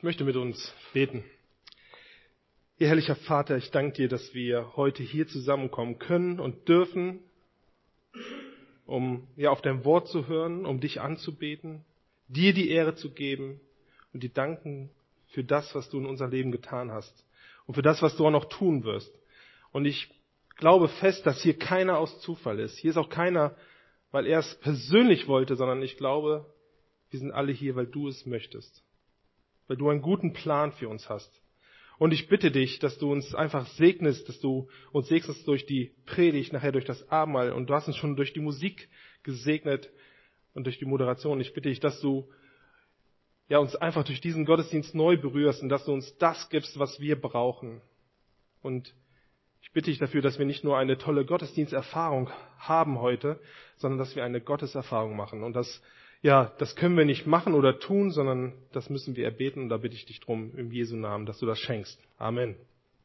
möchte mit uns beten. Ihr herrlicher Vater, ich danke dir, dass wir heute hier zusammenkommen können und dürfen, um auf dein Wort zu hören, um dich anzubeten, dir die Ehre zu geben und dir danken für das, was du in unserem Leben getan hast und für das, was du auch noch tun wirst. Und ich glaube fest, dass hier keiner aus Zufall ist. Hier ist auch keiner, weil er es persönlich wollte, sondern ich glaube, wir sind alle hier, weil du es möchtest. Weil du einen guten Plan für uns hast. Und ich bitte dich, dass du uns einfach segnest, dass du uns segnest durch die Predigt, nachher durch das Abendmahl. Und du hast uns schon durch die Musik gesegnet und durch die Moderation. Ich bitte dich, dass du uns einfach durch diesen Gottesdienst neu berührst und dass du uns das gibst, was wir brauchen. Und ich bitte dich dafür, dass wir nicht nur eine tolle Gottesdiensterfahrung haben heute, sondern dass wir eine Gotteserfahrung machen. Und das können wir nicht machen oder tun, sondern das müssen wir erbeten. Und da bitte ich dich drum, im Jesu Namen, dass du das schenkst. Amen.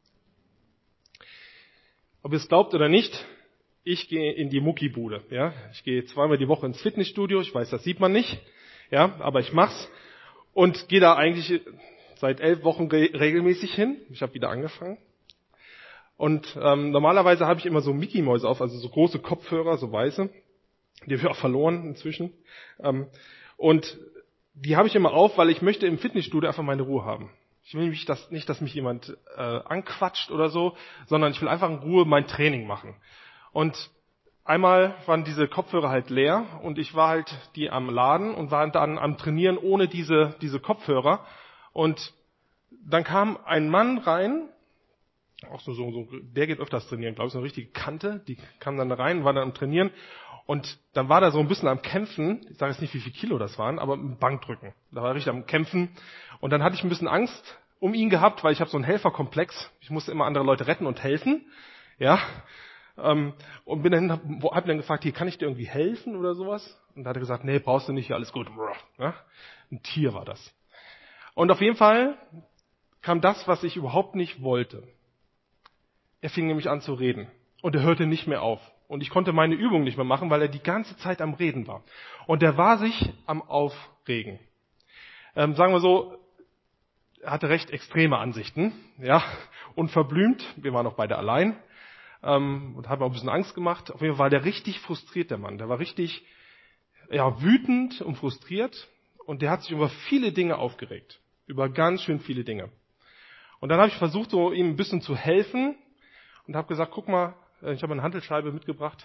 Ob ihr es glaubt oder nicht, ich gehe in die Muckibude. Ja? Ich gehe 2-mal die Woche ins Fitnessstudio. Ich weiß, das sieht man nicht. Ja, aber ich mach's. Und gehe da eigentlich seit 11 Wochen regelmäßig hin. Ich habe wieder angefangen. Und normalerweise habe ich immer so Mickey-Mäuse auf, also so große Kopfhörer, so weiße. Die habe ich auch verloren inzwischen. Und die habe ich immer auf, weil ich möchte im Fitnessstudio einfach meine Ruhe haben. Ich will nicht, dass mich jemand anquatscht oder so, sondern ich will einfach in Ruhe mein Training machen. Und einmal waren diese Kopfhörer halt leer und ich war halt die am Laden und war dann am Trainieren ohne diese Kopfhörer. Und dann kam ein Mann rein, auch so, der geht öfters trainieren, glaube ich, so eine richtige Kante, die kam dann rein, war dann am Trainieren. Und dann war er so ein bisschen am Kämpfen, ich sage jetzt nicht, wie viel Kilo das waren, aber mit Bankdrücken. Da war er richtig am Kämpfen. Und dann hatte ich ein bisschen Angst um ihn gehabt, weil ich habe so einen Helferkomplex. Ich musste immer andere Leute retten und helfen. Ja. Und hab dann gefragt, hier, kann ich dir irgendwie helfen oder sowas? Und da hat er gesagt, nee, brauchst du nicht, hier alles gut. Ja. Ein Tier war das. Und auf jeden Fall kam das, was ich überhaupt nicht wollte. Er fing nämlich an zu reden. Und er hörte nicht mehr auf. Und ich konnte meine Übung nicht mehr machen, weil er die ganze Zeit am Reden war. Und er war sich am Aufregen. Sagen wir so, er hatte recht extreme Ansichten, ja, unverblümt. Wir waren auch beide allein und haben auch ein bisschen Angst gemacht. Auf jeden Fall war der richtig frustriert, der Mann. Der war richtig wütend und frustriert. Und der hat sich über viele Dinge aufgeregt. Über ganz schön viele Dinge. Und dann habe ich versucht, so ihm ein bisschen zu helfen und habe gesagt, guck mal, ich habe eine Hantelscheibe mitgebracht.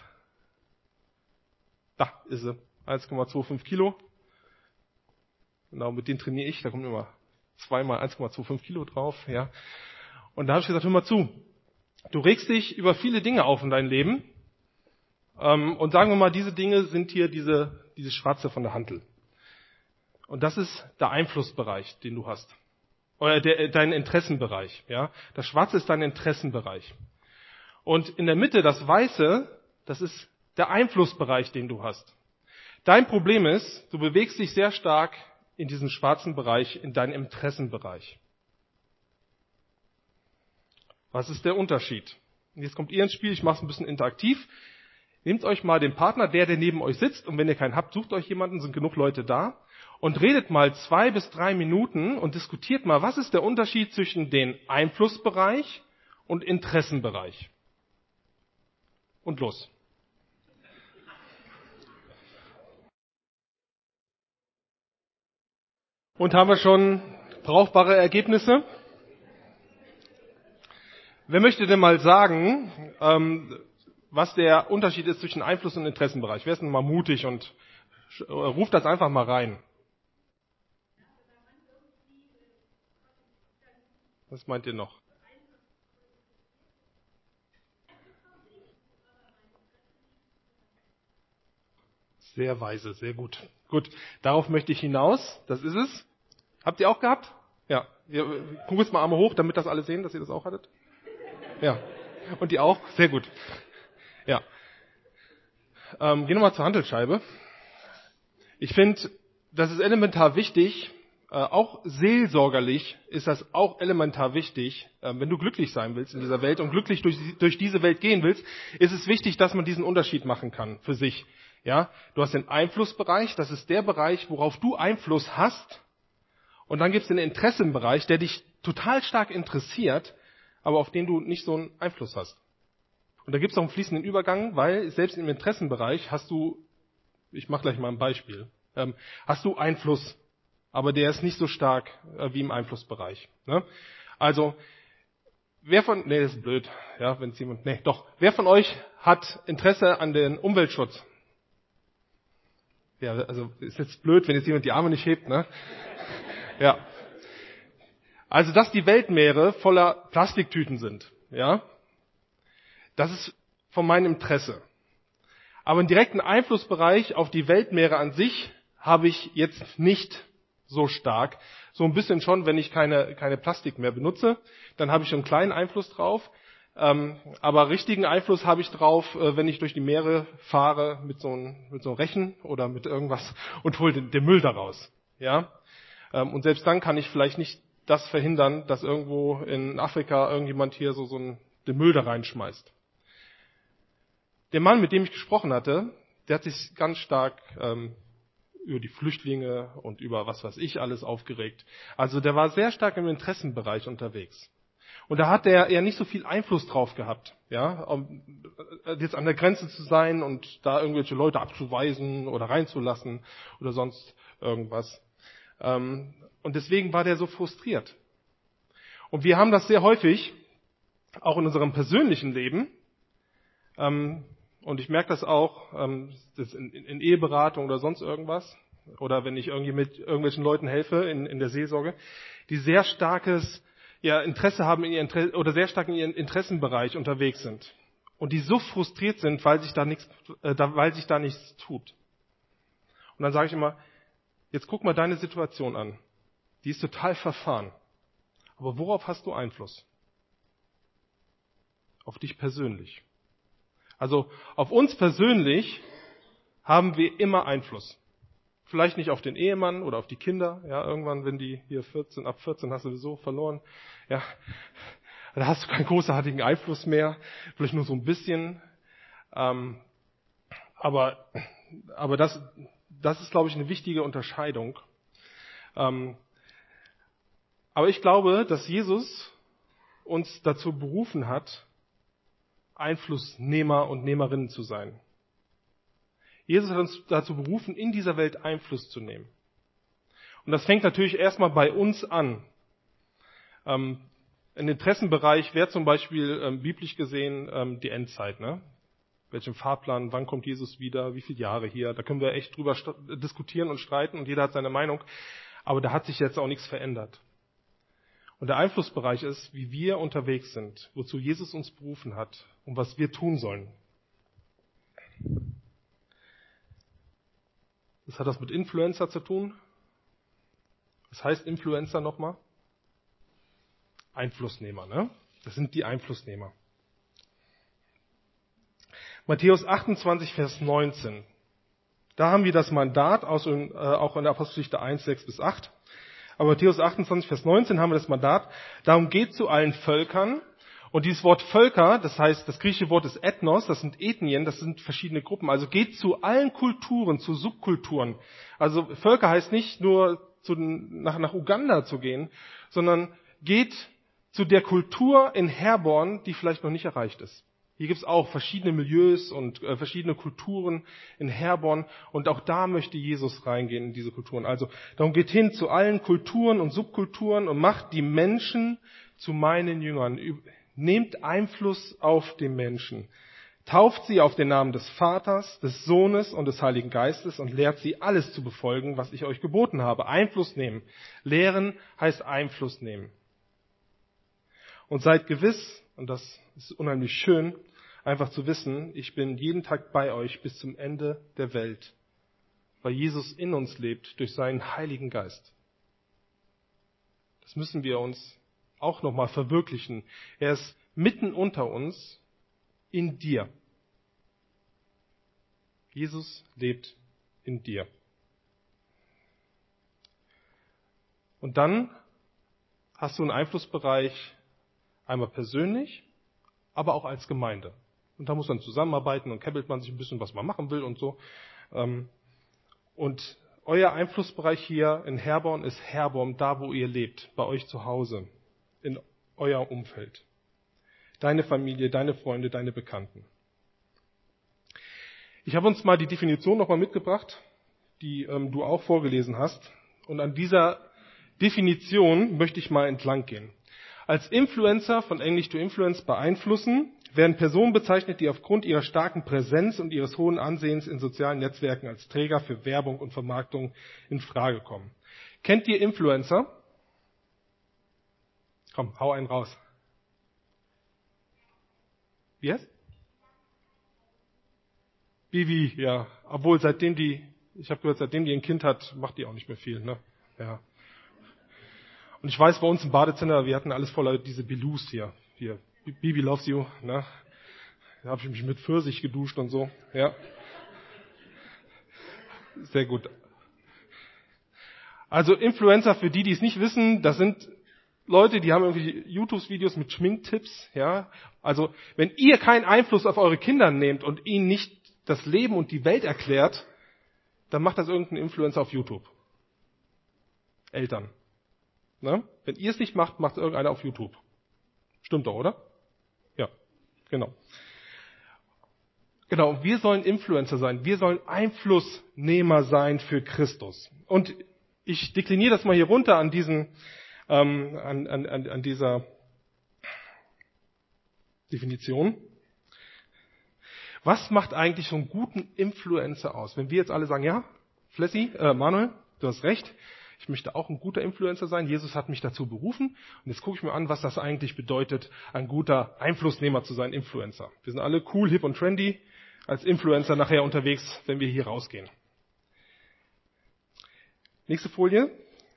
Da ist sie. 1,25 Kilo. Genau, mit denen trainiere ich. Da kommt immer 2-mal 1,25 Kilo drauf. Ja. Und da habe ich gesagt, hör mal zu. Du regst dich über viele Dinge auf in deinem Leben. Und sagen wir mal, diese Dinge sind hier diese Schwarze von der Hantel. Und das ist der Einflussbereich, den du hast. Oder dein Interessenbereich. Ja. Das Schwarze ist dein Interessenbereich. Und in der Mitte, das Weiße, das ist der Einflussbereich, den du hast. Dein Problem ist, du bewegst dich sehr stark in diesem schwarzen Bereich, in deinem Interessenbereich. Was ist der Unterschied? Und jetzt kommt ihr ins Spiel, ich mache es ein bisschen interaktiv. Nehmt euch mal den Partner, der neben euch sitzt, und wenn ihr keinen habt, sucht euch jemanden, sind genug Leute da, und redet mal 2 bis 3 Minuten und diskutiert mal, was ist der Unterschied zwischen dem Einflussbereich und Interessenbereich. Und los. Und haben wir schon brauchbare Ergebnisse? Wer möchte denn mal sagen, was der Unterschied ist zwischen Einfluss- und Interessenbereich? Wer ist denn mal mutig und ruft das einfach mal rein? Was meint ihr noch? Sehr weise, sehr gut. Gut, darauf möchte ich hinaus. Das ist es. Habt ihr auch gehabt? Ja. Guckt jetzt mal Arme hoch, damit das alle sehen, dass ihr das auch hattet. Ja. Und die auch? Sehr gut. Ja. Gehen wir mal zur Hantelscheibe. Ich finde, das ist elementar wichtig. Auch seelsorgerlich ist das auch elementar wichtig. Wenn du glücklich sein willst in dieser Welt und glücklich durch diese Welt gehen willst, ist es wichtig, dass man diesen Unterschied machen kann für sich. Ja, du hast den Einflussbereich, das ist der Bereich, worauf du Einfluss hast. Und dann gibt es den Interessenbereich, der dich total stark interessiert, aber auf den du nicht so einen Einfluss hast. Und da gibt es auch einen fließenden Übergang, weil selbst im Interessenbereich hast du, ich mache gleich mal ein Beispiel, hast du Einfluss, aber der ist nicht so stark wie im Einflussbereich. Ne? Also, wer von euch hat Interesse an den Umweltschutz? Ja, also ist jetzt blöd, wenn jetzt jemand die Arme nicht hebt, ne? Ja. Also, dass die Weltmeere voller Plastiktüten sind, ja, das ist von meinem Interesse. Aber einen direkten Einflussbereich auf die Weltmeere an sich habe ich jetzt nicht so stark. So ein bisschen schon, wenn ich keine Plastik mehr benutze, dann habe ich schon einen kleinen Einfluss drauf. Aber richtigen Einfluss habe ich drauf, wenn ich durch die Meere fahre mit so einem Rechen oder mit irgendwas und hole den Müll daraus. Ja? Und selbst dann kann ich vielleicht nicht das verhindern, dass irgendwo in Afrika irgendjemand hier den Müll da reinschmeißt. Der Mann, mit dem ich gesprochen hatte, der hat sich ganz stark über die Flüchtlinge und über was weiß ich alles aufgeregt. Also der war sehr stark im Interessenbereich unterwegs. Und da hat er eher nicht so viel Einfluss drauf gehabt, ja, um jetzt an der Grenze zu sein und da irgendwelche Leute abzuweisen oder reinzulassen oder sonst irgendwas. Und deswegen war der so frustriert. Und wir haben das sehr häufig, auch in unserem persönlichen Leben. Und ich merke das auch das in Eheberatung oder sonst irgendwas. Oder wenn ich irgendwie mit irgendwelchen Leuten helfe in der Seelsorge, die sehr starkes Interesse haben oder sehr stark in ihrem Interessenbereich unterwegs sind. Und die so frustriert sind, weil sich da nichts tut. Und dann sage ich immer, jetzt guck mal deine Situation an. Die ist total verfahren. Aber worauf hast du Einfluss? Auf dich persönlich. Also auf uns persönlich haben wir immer Einfluss. Vielleicht nicht auf den Ehemann oder auf die Kinder. Ja, irgendwann, wenn die hier ab 14 hast du sowieso verloren. Ja, da hast du keinen großartigen Einfluss mehr. Vielleicht nur so ein bisschen. Aber das ist, glaube ich, eine wichtige Unterscheidung. Aber ich glaube, dass Jesus uns dazu berufen hat, Einflussnehmer und Nehmerinnen zu sein. Jesus hat uns dazu berufen, in dieser Welt Einfluss zu nehmen. Und das fängt natürlich erstmal bei uns an. Ein Interessenbereich wäre zum Beispiel biblisch gesehen die Endzeit. Ne? Welchen Fahrplan, wann kommt Jesus wieder, wie viele Jahre hier. Da können wir echt drüber diskutieren und streiten und jeder hat seine Meinung. Aber da hat sich jetzt auch nichts verändert. Und der Einflussbereich ist, wie wir unterwegs sind, wozu Jesus uns berufen hat und was wir tun sollen. Das hat das mit Influencer zu tun. Was heißt Influencer nochmal? Einflussnehmer, ne? Das sind die Einflussnehmer. Matthäus 28, Vers 19. Da haben wir das Mandat, auch in der Apostelgeschichte 1, 6 bis 8. Aber Matthäus 28, Vers 19 haben wir das Mandat. Darum geht zu allen Völkern. Und dieses Wort Völker, das heißt, das griechische Wort ist Ethnos, das sind Ethnien, das sind verschiedene Gruppen. Also geht zu allen Kulturen, zu Subkulturen. Also Völker heißt nicht nur nach Uganda zu gehen, sondern geht zu der Kultur in Herborn, die vielleicht noch nicht erreicht ist. Hier gibt es auch verschiedene Milieus und verschiedene Kulturen in Herborn. Und auch da möchte Jesus reingehen in diese Kulturen. Also darum geht hin zu allen Kulturen und Subkulturen und macht die Menschen zu meinen Jüngern. Nehmt Einfluss auf die Menschen. Tauft sie auf den Namen des Vaters, des Sohnes und des Heiligen Geistes und lehrt sie alles zu befolgen, was ich euch geboten habe. Einfluss nehmen. Lehren heißt Einfluss nehmen. Und seid gewiss, und das ist unheimlich schön, einfach zu wissen, ich bin jeden Tag bei euch bis zum Ende der Welt, weil Jesus in uns lebt durch seinen Heiligen Geist. Das müssen wir uns auch nochmal verwirklichen. Er ist mitten unter uns, in dir. Jesus lebt in dir. Und dann hast du einen Einflussbereich einmal persönlich, aber auch als Gemeinde. Und da muss man zusammenarbeiten und käppelt man sich ein bisschen, was man machen will und so. Und euer Einflussbereich hier in Herborn ist Herborn, da wo ihr lebt, bei euch zu Hause, in euer Umfeld. Deine Familie, deine Freunde, deine Bekannten. Ich habe uns mal die Definition nochmal mitgebracht, die du auch vorgelesen hast. Und an dieser Definition möchte ich mal entlang gehen. Als Influencer, von Englisch to Influence, beeinflussen, werden Personen bezeichnet, die aufgrund ihrer starken Präsenz und ihres hohen Ansehens in sozialen Netzwerken als Träger für Werbung und Vermarktung in Frage kommen. Kennt ihr Influencer? Komm, hau einen raus. Wie heißt? Bibi, ja. Obwohl, ich habe gehört, seitdem die ein Kind hat, macht die auch nicht mehr viel, ne? Ja. Und ich weiß, bei uns im Badezimmer, wir hatten alles voller diese Bilus hier. Hier, Bibi loves you, ne? Da habe ich mich mit Pfirsich geduscht und so, ja. Sehr gut. Also Influencer, für die es nicht wissen, das sind Leute, die haben irgendwie YouTube-Videos mit Schminktipps, ja. Also, wenn ihr keinen Einfluss auf eure Kinder nehmt und ihnen nicht das Leben und die Welt erklärt, dann macht das irgendein Influencer auf YouTube. Eltern. Ne? Wenn ihr es nicht macht, macht es irgendeiner auf YouTube. Stimmt doch, oder? Ja, genau. Genau, wir sollen Influencer sein. Wir sollen Einflussnehmer sein für Christus. Und ich dekliniere das mal hier runter an dieser Definition. Was macht eigentlich so einen guten Influencer aus? Wenn wir jetzt alle sagen, ja, Manuel, du hast recht, ich möchte auch ein guter Influencer sein. Jesus hat mich dazu berufen. Und jetzt gucke ich mir an, was das eigentlich bedeutet, ein guter Einflussnehmer zu sein, Influencer. Wir sind alle cool, hip und trendy als Influencer nachher unterwegs, wenn wir hier rausgehen. Nächste Folie.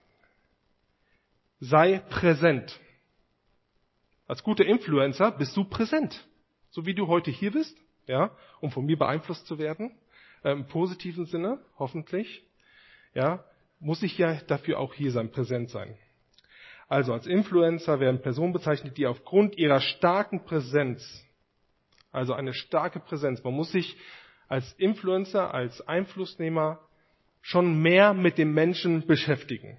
Sei präsent. Als guter Influencer bist du präsent. So wie du heute hier bist, ja, um von mir beeinflusst zu werden, im positiven Sinne, hoffentlich, ja, muss ich ja dafür auch hier sein, präsent sein. Also als Influencer werden Personen bezeichnet, die aufgrund ihrer starken Präsenz, also eine starke Präsenz, man muss sich als Influencer, als Einflussnehmer schon mehr mit dem Menschen beschäftigen.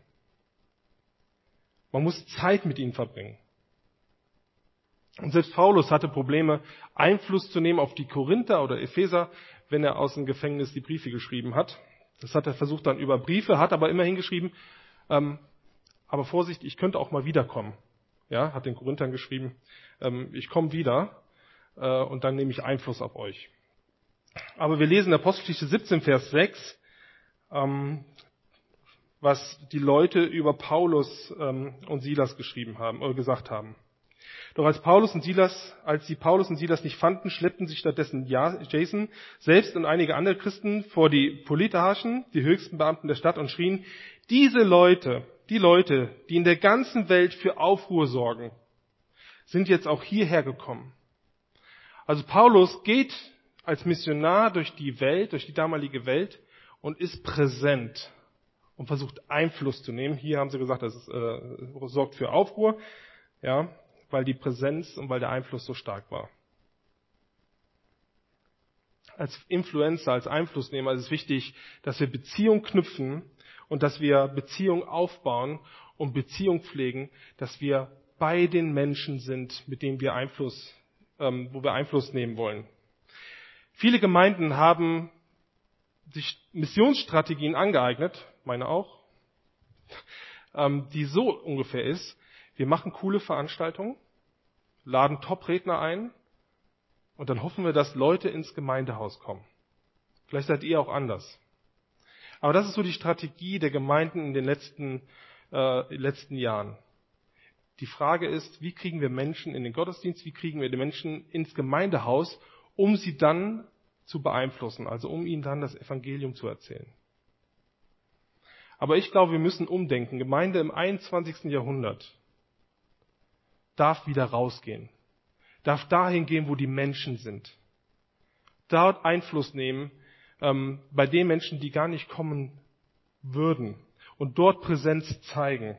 Man muss Zeit mit ihnen verbringen. Und selbst Paulus hatte Probleme, Einfluss zu nehmen auf die Korinther oder Epheser, wenn er aus dem Gefängnis die Briefe geschrieben hat. Das hat er versucht dann über Briefe, hat aber immer hingeschrieben, aber Vorsicht, ich könnte auch mal wiederkommen. Ja, hat den Korinthern geschrieben, ich komme wieder und dann nehme ich Einfluss auf euch. Aber wir lesen in Apostelgeschichte 17, Vers 6, was die Leute über Paulus und Silas geschrieben haben oder gesagt haben. Doch als sie Paulus und Silas nicht fanden, schleppten sich stattdessen Jason selbst und einige andere Christen vor die Politarchen, die höchsten Beamten der Stadt, und schrien, diese Leute, die in der ganzen Welt für Aufruhr sorgen, sind jetzt auch hierher gekommen. Also Paulus geht als Missionar durch die Welt, durch die damalige Welt und ist präsent und versucht Einfluss zu nehmen. Hier haben sie gesagt, das sorgt für Aufruhr, ja, weil die Präsenz und weil der Einfluss so stark war. Als Influencer, als Einflussnehmer ist es wichtig, dass wir Beziehung knüpfen und dass wir Beziehung aufbauen und Beziehung pflegen, dass wir bei den Menschen sind, mit denen wir wo wir Einfluss nehmen wollen. Viele Gemeinden haben sich Missionsstrategien angeeignet, meine auch, die so ungefähr ist: Wir machen coole Veranstaltungen, laden Top-Redner ein und dann hoffen wir, dass Leute ins Gemeindehaus kommen. Vielleicht seid ihr auch anders. Aber das ist so die Strategie der Gemeinden in den letzten Jahren. Die Frage ist, wie kriegen wir Menschen in den Gottesdienst, wie kriegen wir die Menschen ins Gemeindehaus, um sie dann zu beeinflussen, also um ihnen dann das Evangelium zu erzählen. Aber ich glaube, wir müssen umdenken. Gemeinde im 21. Jahrhundert darf wieder rausgehen, darf dahin gehen, wo die Menschen sind. Dort Einfluss nehmen bei den Menschen, die gar nicht kommen würden, und dort Präsenz zeigen.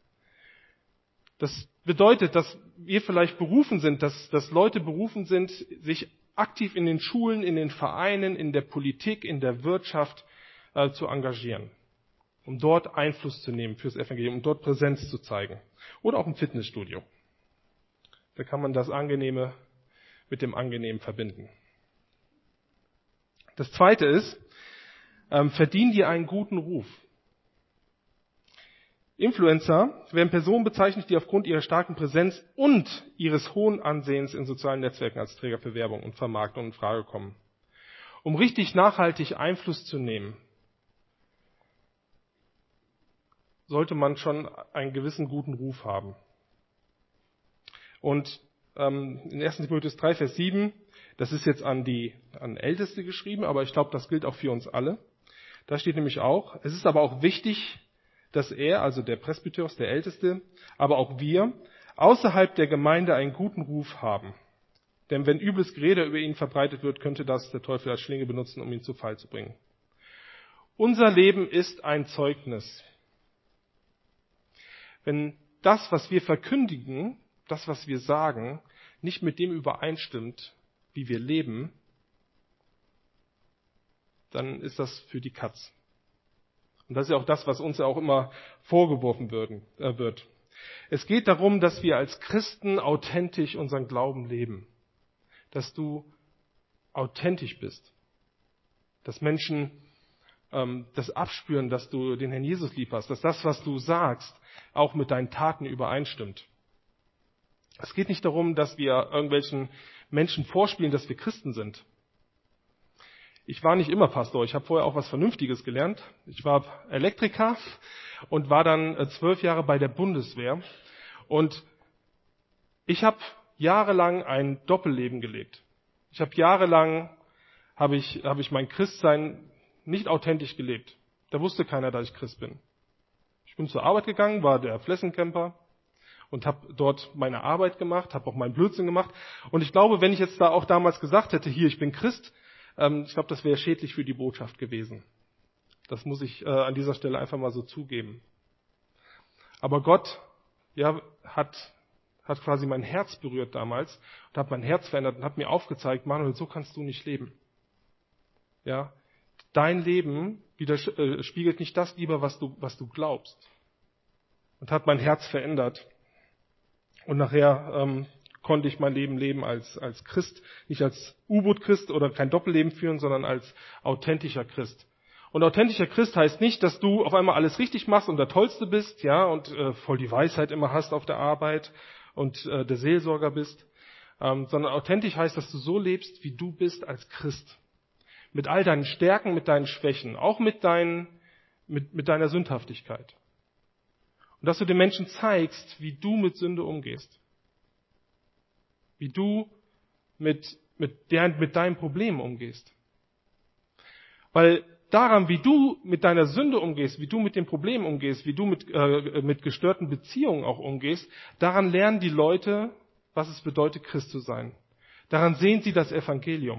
Das bedeutet, dass wir vielleicht berufen sind, dass Leute berufen sind, sich aktiv in den Schulen, in den Vereinen, in der Politik, in der Wirtschaft zu engagieren. um dort Einfluss zu nehmen fürs Evangelium, um dort Präsenz zu zeigen. Oder auch im Fitnessstudio. Da kann man das Angenehme mit dem Angenehmen verbinden. Das Zweite ist, verdien dir einen guten Ruf. Influencer werden Personen bezeichnet, die aufgrund ihrer starken Präsenz und ihres hohen Ansehens in sozialen Netzwerken als Träger für Werbung und Vermarktung in Frage kommen. Um richtig nachhaltig Einfluss zu nehmen, sollte man schon einen gewissen guten Ruf haben. Und in 1. Timotheus 3, Vers 7, das ist jetzt an Älteste geschrieben, aber ich glaube, das gilt auch für uns alle. Da steht nämlich auch, es ist aber auch wichtig, dass er, also der Presbyteros, der Älteste, aber auch wir, außerhalb der Gemeinde einen guten Ruf haben. Denn wenn übles Gerede über ihn verbreitet wird, könnte das der Teufel als Schlinge benutzen, um ihn zu Fall zu bringen. Unser Leben ist ein Zeugnis. Wenn das, was wir verkündigen, das, was wir sagen, nicht mit dem übereinstimmt, wie wir leben, dann ist das für die Katz. Und das ist ja auch das, was uns ja auch immer vorgeworfen wird. Es geht darum, dass wir als Christen authentisch unseren Glauben leben. Dass du authentisch bist. Dass Menschen das abspüren, dass du den Herrn Jesus lieb hast. Dass das, was du sagst, auch mit deinen Taten übereinstimmt. Es geht nicht darum, dass wir irgendwelchen Menschen vorspielen, dass wir Christen sind. Ich war nicht immer Pastor, ich habe vorher auch was Vernünftiges gelernt. Ich war Elektriker und war dann 12 Jahre bei der Bundeswehr. Und ich habe jahrelang ein Doppelleben gelebt. Ich habe jahrelang habe ich mein Christsein nicht authentisch gelebt. Da wusste keiner, dass ich Christ bin. Ich bin zur Arbeit gegangen, war der Flessencamper und habe dort meine Arbeit gemacht, habe auch meinen Blödsinn gemacht. Und ich glaube, wenn ich jetzt da auch damals gesagt hätte, hier, ich bin Christ, ich glaube, das wäre schädlich für die Botschaft gewesen. Das muss ich an dieser Stelle einfach mal so zugeben. Aber Gott hat quasi mein Herz berührt damals und hat mein Herz verändert und hat mir aufgezeigt, Manuel, so kannst du nicht leben. Ja, dein Leben spiegelt nicht das wider, was du glaubst. Und hat mein Herz verändert. Und nachher konnte ich mein Leben leben als Christ, nicht als U-Boot-Christ oder kein Doppelleben führen, sondern als authentischer Christ. Und authentischer Christ heißt nicht, dass du auf einmal alles richtig machst und der Tollste bist, ja, und voll die Weisheit immer hast auf der Arbeit und der Seelsorger bist, sondern authentisch heißt, dass du so lebst, wie du bist als Christ. Mit all deinen Stärken, mit deinen Schwächen, auch mit deiner Sündhaftigkeit. Und dass du den Menschen zeigst, wie du mit Sünde umgehst. Wie du mit deinem Problem umgehst. Weil daran, wie du mit deiner Sünde umgehst, wie du mit dem Problem umgehst, wie du mit gestörten Beziehungen auch umgehst, daran lernen die Leute, was es bedeutet, Christ zu sein. Daran sehen sie das Evangelium.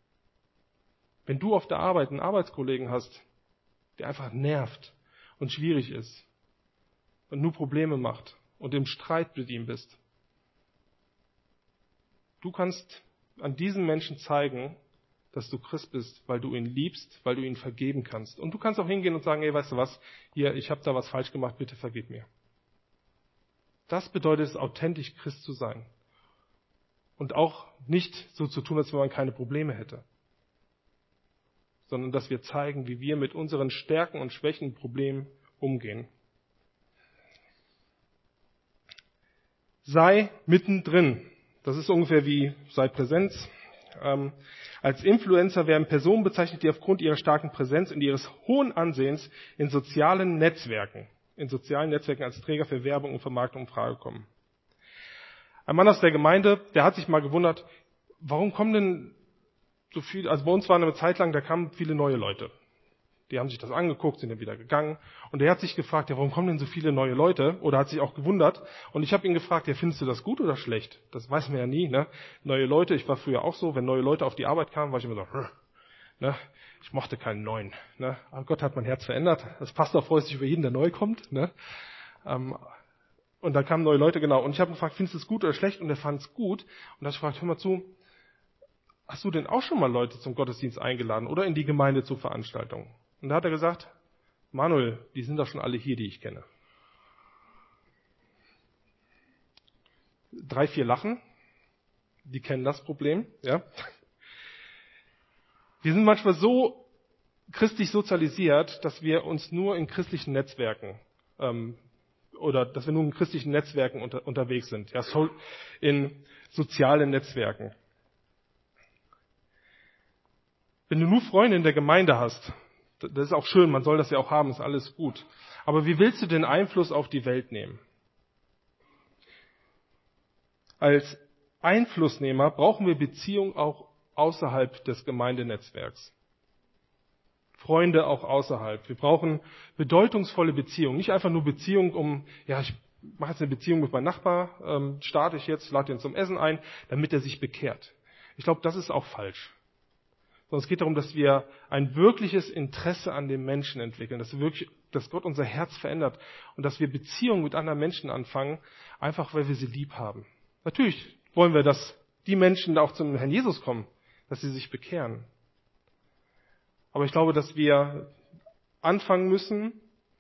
Wenn du auf der Arbeit einen Arbeitskollegen hast, der einfach nervt und schwierig ist und nur Probleme macht und im Streit mit ihm bist, du kannst an diesem Menschen zeigen, dass du Christ bist, weil du ihn liebst, weil du ihn vergeben kannst. Und du kannst auch hingehen und sagen, hey, weißt du was, hier, ich habe da was falsch gemacht, bitte vergib mir. Das bedeutet es, authentisch Christ zu sein. Und auch nicht so zu tun, als wenn man keine Probleme hätte. Sondern dass wir zeigen, wie wir mit unseren Stärken und Schwächen, Problemen umgehen. Sei mittendrin. Das ist ungefähr wie sei Präsenz. Als Influencer werden Personen bezeichnet, die aufgrund ihrer starken Präsenz und ihres hohen Ansehens in sozialen Netzwerken als Träger für Werbung und Vermarktung in Frage kommen. Ein Mann aus der Gemeinde, der hat sich mal gewundert, warum kommen denn so viele, also bei uns waren eine Zeit lang, da kamen viele neue Leute. Die haben sich das angeguckt, sind dann wieder gegangen. Und er hat sich gefragt, ja, warum kommen denn so viele neue Leute? Oder hat sich auch gewundert. Und ich habe ihn gefragt, ja, findest du das gut oder schlecht? Das weiß man ja nie, ne? Neue Leute, ich war früher auch so, wenn neue Leute auf die Arbeit kamen, war ich immer so, ne? Ich mochte keinen neuen, ne? Aber Gott hat mein Herz verändert. Das Pastor freut sich über jeden, der neu kommt, ne? Und da kamen neue Leute, genau. Und ich habe ihn gefragt, findest du es gut oder schlecht? Und er fand es gut. Und da habe ich gefragt, hör mal zu, hast du denn auch schon mal Leute zum Gottesdienst eingeladen oder in die Gemeinde zur Veranstaltung? Und da hat er gesagt, Manuel, die sind doch schon alle hier, die ich kenne. 3, 4 lachen. Die kennen das Problem, ja. Wir sind manchmal so christlich sozialisiert, dass wir uns nur in christlichen Netzwerken oder dass wir nur in christlichen Netzwerken unterwegs sind, ja, in sozialen Netzwerken. Wenn du nur Freunde in der Gemeinde hast, das ist auch schön, man soll das ja auch haben, ist alles gut. Aber wie willst du den Einfluss auf die Welt nehmen? Als Einflussnehmer brauchen wir Beziehung auch außerhalb des Gemeindenetzwerks. Freunde auch außerhalb. Wir brauchen bedeutungsvolle Beziehungen. Nicht einfach nur Beziehungen ich mache jetzt eine Beziehung mit meinem Nachbar, starte ich jetzt, lade ihn zum Essen ein, damit er sich bekehrt. Ich glaube, das ist auch falsch. Sondern es geht darum, dass wir ein wirkliches Interesse an dem Menschen entwickeln, dass Gott unser Herz verändert und dass wir Beziehungen mit anderen Menschen anfangen, einfach weil wir sie lieb haben. Natürlich wollen wir, dass die Menschen auch zum Herrn Jesus kommen, dass sie sich bekehren. Aber ich glaube, dass wir anfangen müssen,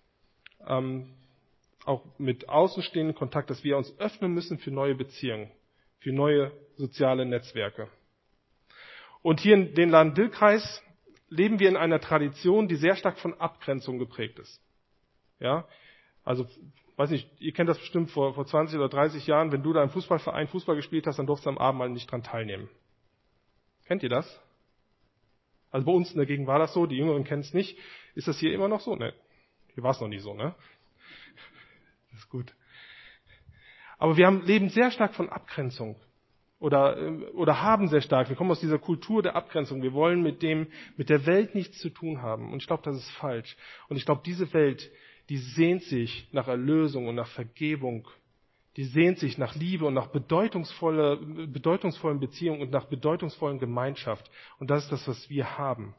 auch mit außenstehenden Kontakt, dass wir uns öffnen müssen für neue Beziehungen, für neue soziale Netzwerke. Und hier in den Lahn-Dill-Kreis leben wir in einer Tradition, die sehr stark von Abgrenzung geprägt ist. Ja, also, weiß nicht, ihr kennt das bestimmt vor 20 oder 30 Jahren, wenn du da im Fußballverein Fußball gespielt hast, dann durfst du am Abend mal nicht dran teilnehmen. Kennt ihr das? Also bei uns in der Gegend war das so, die Jüngeren kennen es nicht. Ist das hier immer noch so? Ne, hier war es noch nie so, ne? Das ist gut. Aber wir leben sehr stark von Abgrenzung. Oder haben sehr stark. Wir kommen aus dieser Kultur der Abgrenzung. Wir wollen mit der Welt nichts zu tun haben. Und ich glaube, das ist falsch. Und ich glaube, diese Welt, die sehnt sich nach Erlösung und nach Vergebung. Die sehnt sich nach Liebe und nach bedeutungsvollen Beziehungen und nach bedeutungsvollen Gemeinschaft. Und das ist das, was wir haben.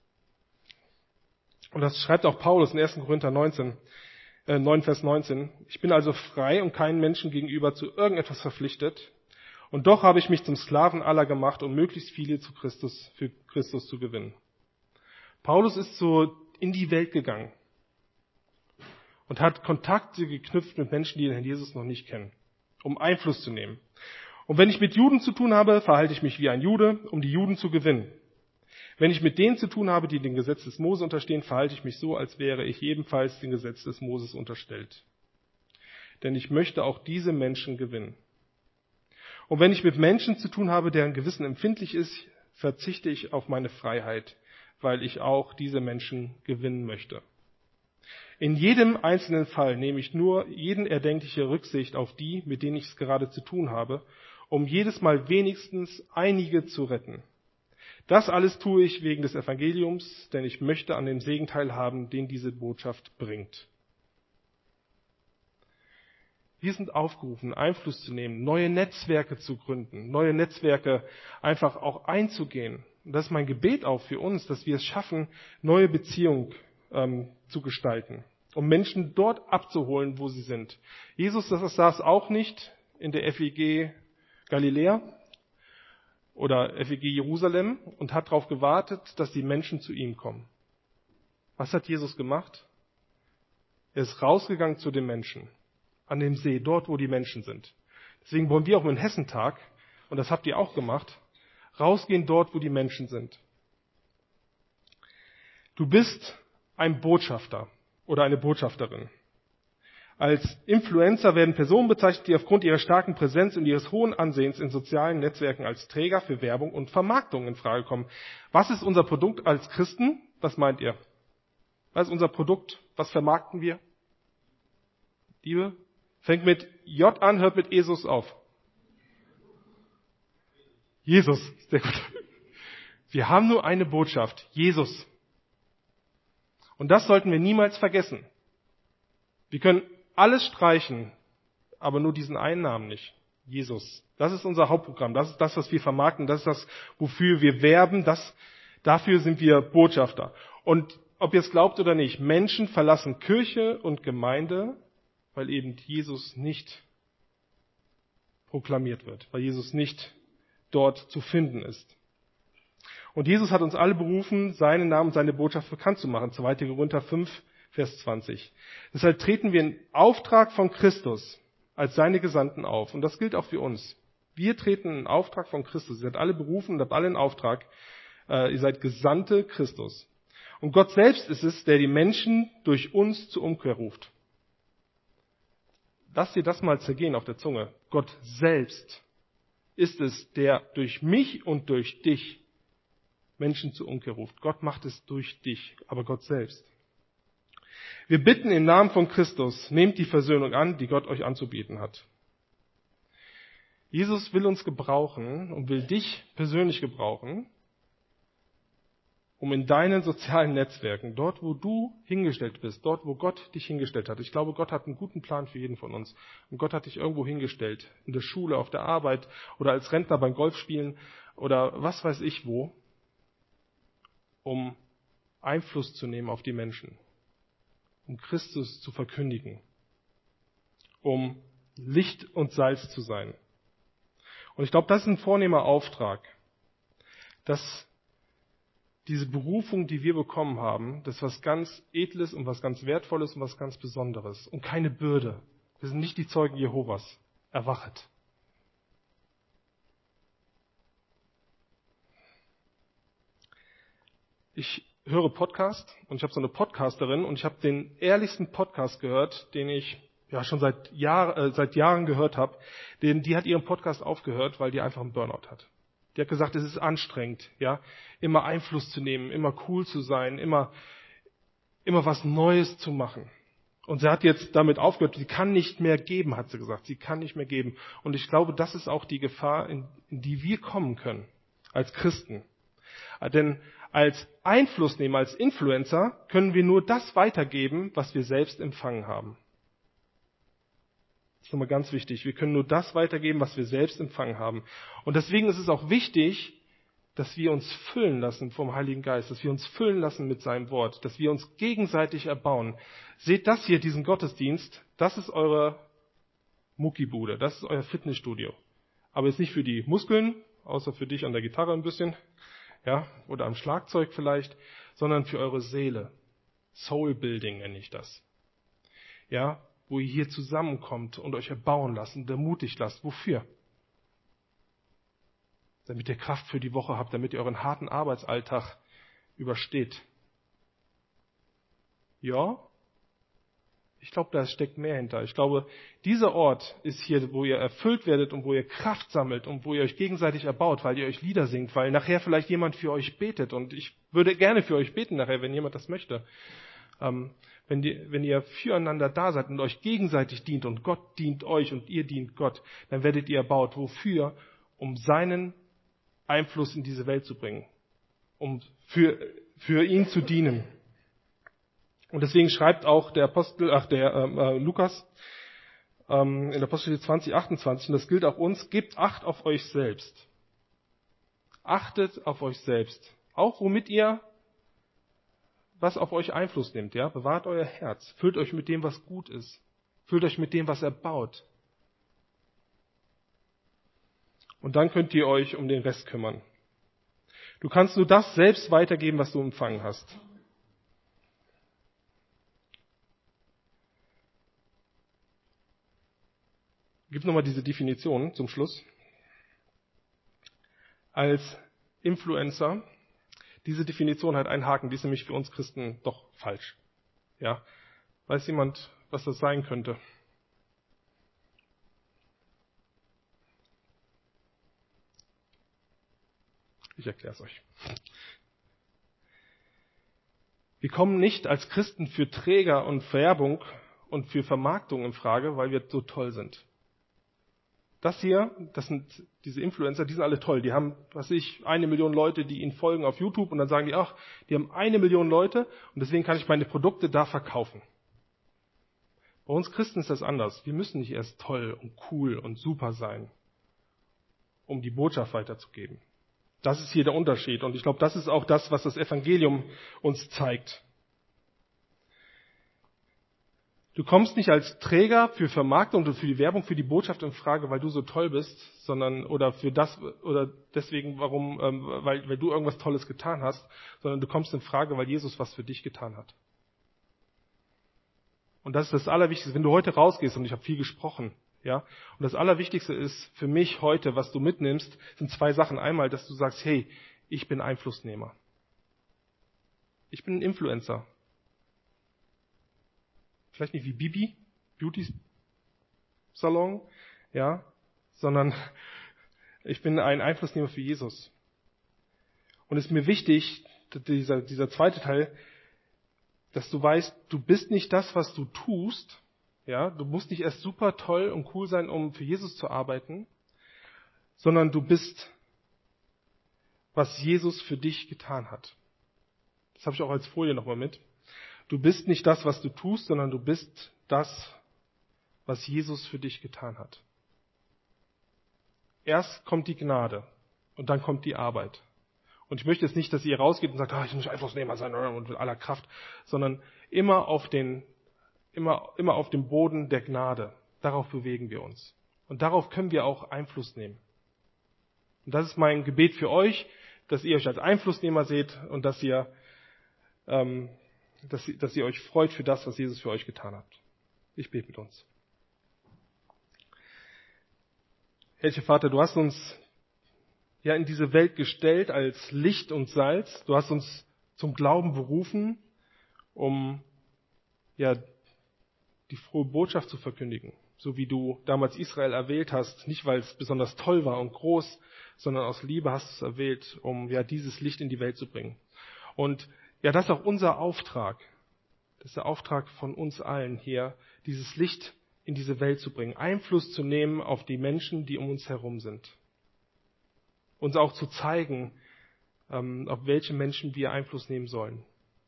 Und das schreibt auch Paulus in 1. Korinther 9, Vers 19. Ich bin also frei und keinem Menschen gegenüber zu irgendetwas verpflichtet. Und doch habe ich mich zum Sklaven aller gemacht, um möglichst viele für Christus zu gewinnen. Paulus ist so in die Welt gegangen und hat Kontakte geknüpft mit Menschen, die den Herrn Jesus noch nicht kennen, um Einfluss zu nehmen. Und wenn ich mit Juden zu tun habe, verhalte ich mich wie ein Jude, um die Juden zu gewinnen. Wenn ich mit denen zu tun habe, die dem Gesetz des Mose unterstehen, verhalte ich mich so, als wäre ich ebenfalls dem Gesetz des Moses unterstellt. Denn ich möchte auch diese Menschen gewinnen. Und wenn ich mit Menschen zu tun habe, deren Gewissen empfindlich ist, verzichte ich auf meine Freiheit, weil ich auch diese Menschen gewinnen möchte. In jedem einzelnen Fall nehme ich nur jeden erdenkliche Rücksicht auf die, mit denen ich es gerade zu tun habe, um jedes Mal wenigstens einige zu retten. Das alles tue ich wegen des Evangeliums, denn ich möchte an dem Segen teilhaben, den diese Botschaft bringt. Wir sind aufgerufen, Einfluss zu nehmen, neue Netzwerke zu gründen, neue Netzwerke einfach auch einzugehen. Und das ist mein Gebet auch für uns, dass wir es schaffen, neue Beziehungen zu gestalten, um Menschen dort abzuholen, wo sie sind. Jesus saß auch nicht in der FEG Galiläa oder FEG Jerusalem und hat darauf gewartet, dass die Menschen zu ihm kommen. Was hat Jesus gemacht? Er ist rausgegangen zu den Menschen. An dem See, dort, wo die Menschen sind. Deswegen wollen wir auch mit dem Hessentag, und das habt ihr auch gemacht, rausgehen dort, wo die Menschen sind. Du bist ein Botschafter oder eine Botschafterin. Als Influencer werden Personen bezeichnet, die aufgrund ihrer starken Präsenz und ihres hohen Ansehens in sozialen Netzwerken als Träger für Werbung und Vermarktung in Frage kommen. Was ist unser Produkt als Christen? Was meint ihr? Was ist unser Produkt? Was vermarkten wir? Liebe? Fängt mit J an, hört mit Jesus auf. Jesus, sehr gut. Wir haben nur eine Botschaft, Jesus. Und das sollten wir niemals vergessen. Wir können alles streichen, aber nur diesen einen Namen nicht, Jesus. Das ist unser Hauptprogramm, das ist das, was wir vermarkten, das ist das, wofür wir werben, dafür sind wir Botschafter. Und ob ihr es glaubt oder nicht, Menschen verlassen Kirche und Gemeinde, weil eben Jesus nicht proklamiert wird, weil Jesus nicht dort zu finden ist. Und Jesus hat uns alle berufen, seinen Namen, seine Botschaft bekannt zu machen. 2. Korinther 5, Vers 20. Deshalb treten wir in Auftrag von Christus als seine Gesandten auf. Und das gilt auch für uns. Wir treten in Auftrag von Christus. Ihr seid alle berufen und habt alle einen Auftrag. Ihr seid Gesandte Christus. Und Gott selbst ist es, der die Menschen durch uns zur Umkehr ruft. Lass dir das mal zergehen auf der Zunge. Gott selbst ist es, der durch mich und durch dich Menschen zur Umkehr ruft. Gott macht es durch dich, aber Gott selbst. Wir bitten im Namen von Christus, nehmt die Versöhnung an, die Gott euch anzubieten hat. Jesus will uns gebrauchen und will dich persönlich gebrauchen, um in deinen sozialen Netzwerken, dort wo du hingestellt bist, dort wo Gott dich hingestellt hat. Ich glaube, Gott hat einen guten Plan für jeden von uns. Und Gott hat dich irgendwo hingestellt, in der Schule, auf der Arbeit oder als Rentner beim Golfspielen oder was weiß ich wo, um Einfluss zu nehmen auf die Menschen, um Christus zu verkündigen, um Licht und Salz zu sein. Und ich glaube, das ist ein vornehmer Auftrag, dass diese Berufung, die wir bekommen haben, das ist was ganz Edles und was ganz Wertvolles und was ganz Besonderes und keine Bürde. Wir sind nicht die Zeugen Jehovas. Erwachet. Ich höre Podcast und ich habe so eine Podcasterin und ich habe den ehrlichsten Podcast gehört, den ich schon seit Jahren gehört habe. Die hat ihren Podcast aufgehört, weil die einfach einen Burnout hat. Die hat gesagt, es ist anstrengend, immer Einfluss zu nehmen, immer cool zu sein, immer was Neues zu machen. Und sie hat jetzt damit aufgehört, sie kann nicht mehr geben, hat sie gesagt. Sie kann nicht mehr geben. Und ich glaube, das ist auch die Gefahr, in die wir kommen können, als Christen. Denn als Einflussnehmer, als Influencer können wir nur das weitergeben, was wir selbst empfangen haben. Das ist nochmal ganz wichtig. Wir können nur das weitergeben, was wir selbst empfangen haben. Und deswegen ist es auch wichtig, dass wir uns füllen lassen vom Heiligen Geist, dass wir uns füllen lassen mit seinem Wort, dass wir uns gegenseitig erbauen. Seht das hier, diesen Gottesdienst, das ist eure Muckibude, das ist euer Fitnessstudio. Aber jetzt nicht für die Muskeln, außer für dich an der Gitarre ein bisschen, oder am Schlagzeug vielleicht, sondern für eure Seele. Soul Building nenne ich das. Wo ihr hier zusammenkommt und euch erbauen lasst und ermutigt lasst. Wofür? Damit ihr Kraft für die Woche habt, damit ihr euren harten Arbeitsalltag übersteht. Ja, ich glaube, da steckt mehr hinter. Ich glaube, dieser Ort ist hier, wo ihr erfüllt werdet und wo ihr Kraft sammelt und wo ihr euch gegenseitig erbaut, weil ihr euch Lieder singt, weil nachher vielleicht jemand für euch betet. Und ich würde gerne für euch beten nachher, wenn jemand das möchte. Wenn ihr füreinander da seid und euch gegenseitig dient und Gott dient euch und ihr dient Gott, dann werdet ihr erbaut. Wofür? Um seinen Einfluss in diese Welt zu bringen. Um für ihn zu dienen. Und deswegen schreibt auch der Lukas in der Apostel 20, 28, und das gilt auch uns, gebt Acht auf euch selbst. Achtet auf euch selbst. Auch womit ihr was auf euch Einfluss nimmt, bewahrt euer Herz, füllt euch mit dem, was gut ist, füllt euch mit dem, was erbaut. Und dann könnt ihr euch um den Rest kümmern. Du kannst nur das selbst weitergeben, was du empfangen hast. Gib nochmal diese Definition zum Schluss. Als Influencer, diese Definition hat einen Haken, die ist nämlich für uns Christen doch falsch. Weiß jemand, was das sein könnte? Ich erkläre es euch. Wir kommen nicht als Christen für Träger und Werbung und für Vermarktung in Frage, weil wir so toll sind. Das sind diese Influencer, die sind alle toll. Die haben, 1 Million Leute, die ihnen folgen auf YouTube und dann sagen die, die haben 1 Million Leute und deswegen kann ich meine Produkte da verkaufen. Bei uns Christen ist das anders. Wir müssen nicht erst toll und cool und super sein, um die Botschaft weiterzugeben. Das ist hier der Unterschied und ich glaube, das ist auch das, was das Evangelium uns zeigt. Du kommst nicht als Träger für Vermarktung und für die Werbung, für die Botschaft in Frage, weil du so toll bist, sondern deswegen, weil du irgendwas Tolles getan hast, sondern du kommst in Frage, weil Jesus was für dich getan hat. Und das ist das Allerwichtigste. Wenn du heute rausgehst, und ich habe viel gesprochen, ja, und das Allerwichtigste ist für mich heute, was du mitnimmst, sind 2 Sachen. Einmal, dass du sagst, hey, ich bin Einflussnehmer. Ich bin ein Influencer. Vielleicht nicht wie Bibi, Beauty Salon, ja, sondern ich bin ein Einflussnehmer für Jesus. Und es ist mir wichtig, dieser zweite Teil, dass du weißt, du bist nicht das, was du tust. Ja, du musst nicht erst super toll und cool sein, um für Jesus zu arbeiten, sondern du bist, was Jesus für dich getan hat. Das habe ich auch als Folie nochmal mit. Du bist nicht das, was du tust, sondern du bist das, was Jesus für dich getan hat. Erst kommt die Gnade und dann kommt die Arbeit. Und ich möchte jetzt nicht, dass ihr rausgeht und sagt, ich muss Einflussnehmer sein und mit aller Kraft, sondern immer auf dem Boden der Gnade. Darauf bewegen wir uns. Und darauf können wir auch Einfluss nehmen. Und das ist mein Gebet für euch, dass ihr euch als Einflussnehmer seht und dass ihr euch freut für das, was Jesus für euch getan hat. Ich bete mit uns. Herrliche Vater, du hast uns ja in diese Welt gestellt als Licht und Salz. Du hast uns zum Glauben berufen, um ja die frohe Botschaft zu verkündigen. So wie du damals Israel erwählt hast, nicht weil es besonders toll war und groß, sondern aus Liebe hast du es erwählt, um ja dieses Licht in die Welt zu bringen. Und ja, das ist auch unser Auftrag. Das ist der Auftrag von uns allen hier, dieses Licht in diese Welt zu bringen, Einfluss zu nehmen auf die Menschen, die um uns herum sind. Uns auch zu zeigen, auf welche Menschen wir Einfluss nehmen sollen.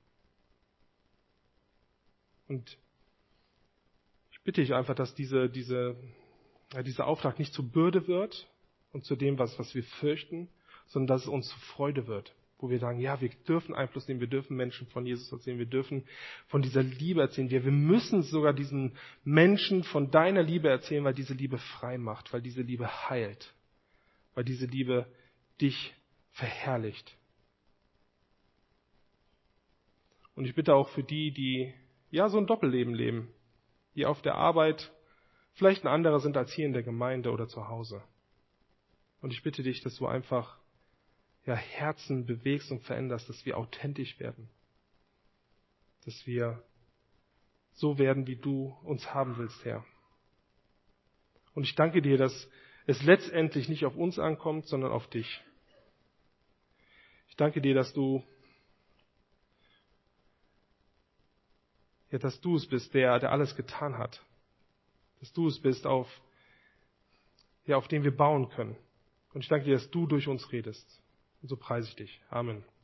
Und ich bitte dich einfach, dass dieser Auftrag nicht zur Bürde wird und zu dem, was wir fürchten, sondern dass es uns zur Freude wird. Wo wir sagen, ja, wir dürfen Einfluss nehmen, wir dürfen Menschen von Jesus erzählen, wir dürfen von dieser Liebe erzählen. Wir müssen sogar diesen Menschen von deiner Liebe erzählen, weil diese Liebe frei macht, weil diese Liebe heilt, weil diese Liebe dich verherrlicht. Und ich bitte auch für die ja so ein Doppelleben leben, die auf der Arbeit vielleicht ein anderer sind als hier in der Gemeinde oder zu Hause. Und ich bitte dich, dass du einfach Herzen bewegst und veränderst, dass wir authentisch werden. Dass wir so werden, wie du uns haben willst, Herr. Und ich danke dir, dass es letztendlich nicht auf uns ankommt, sondern auf dich. Ich danke dir, dass du es bist, der alles getan hat. Dass du es bist, auf den wir bauen können. Und ich danke dir, dass du durch uns redest. Und so preise ich dich. Amen.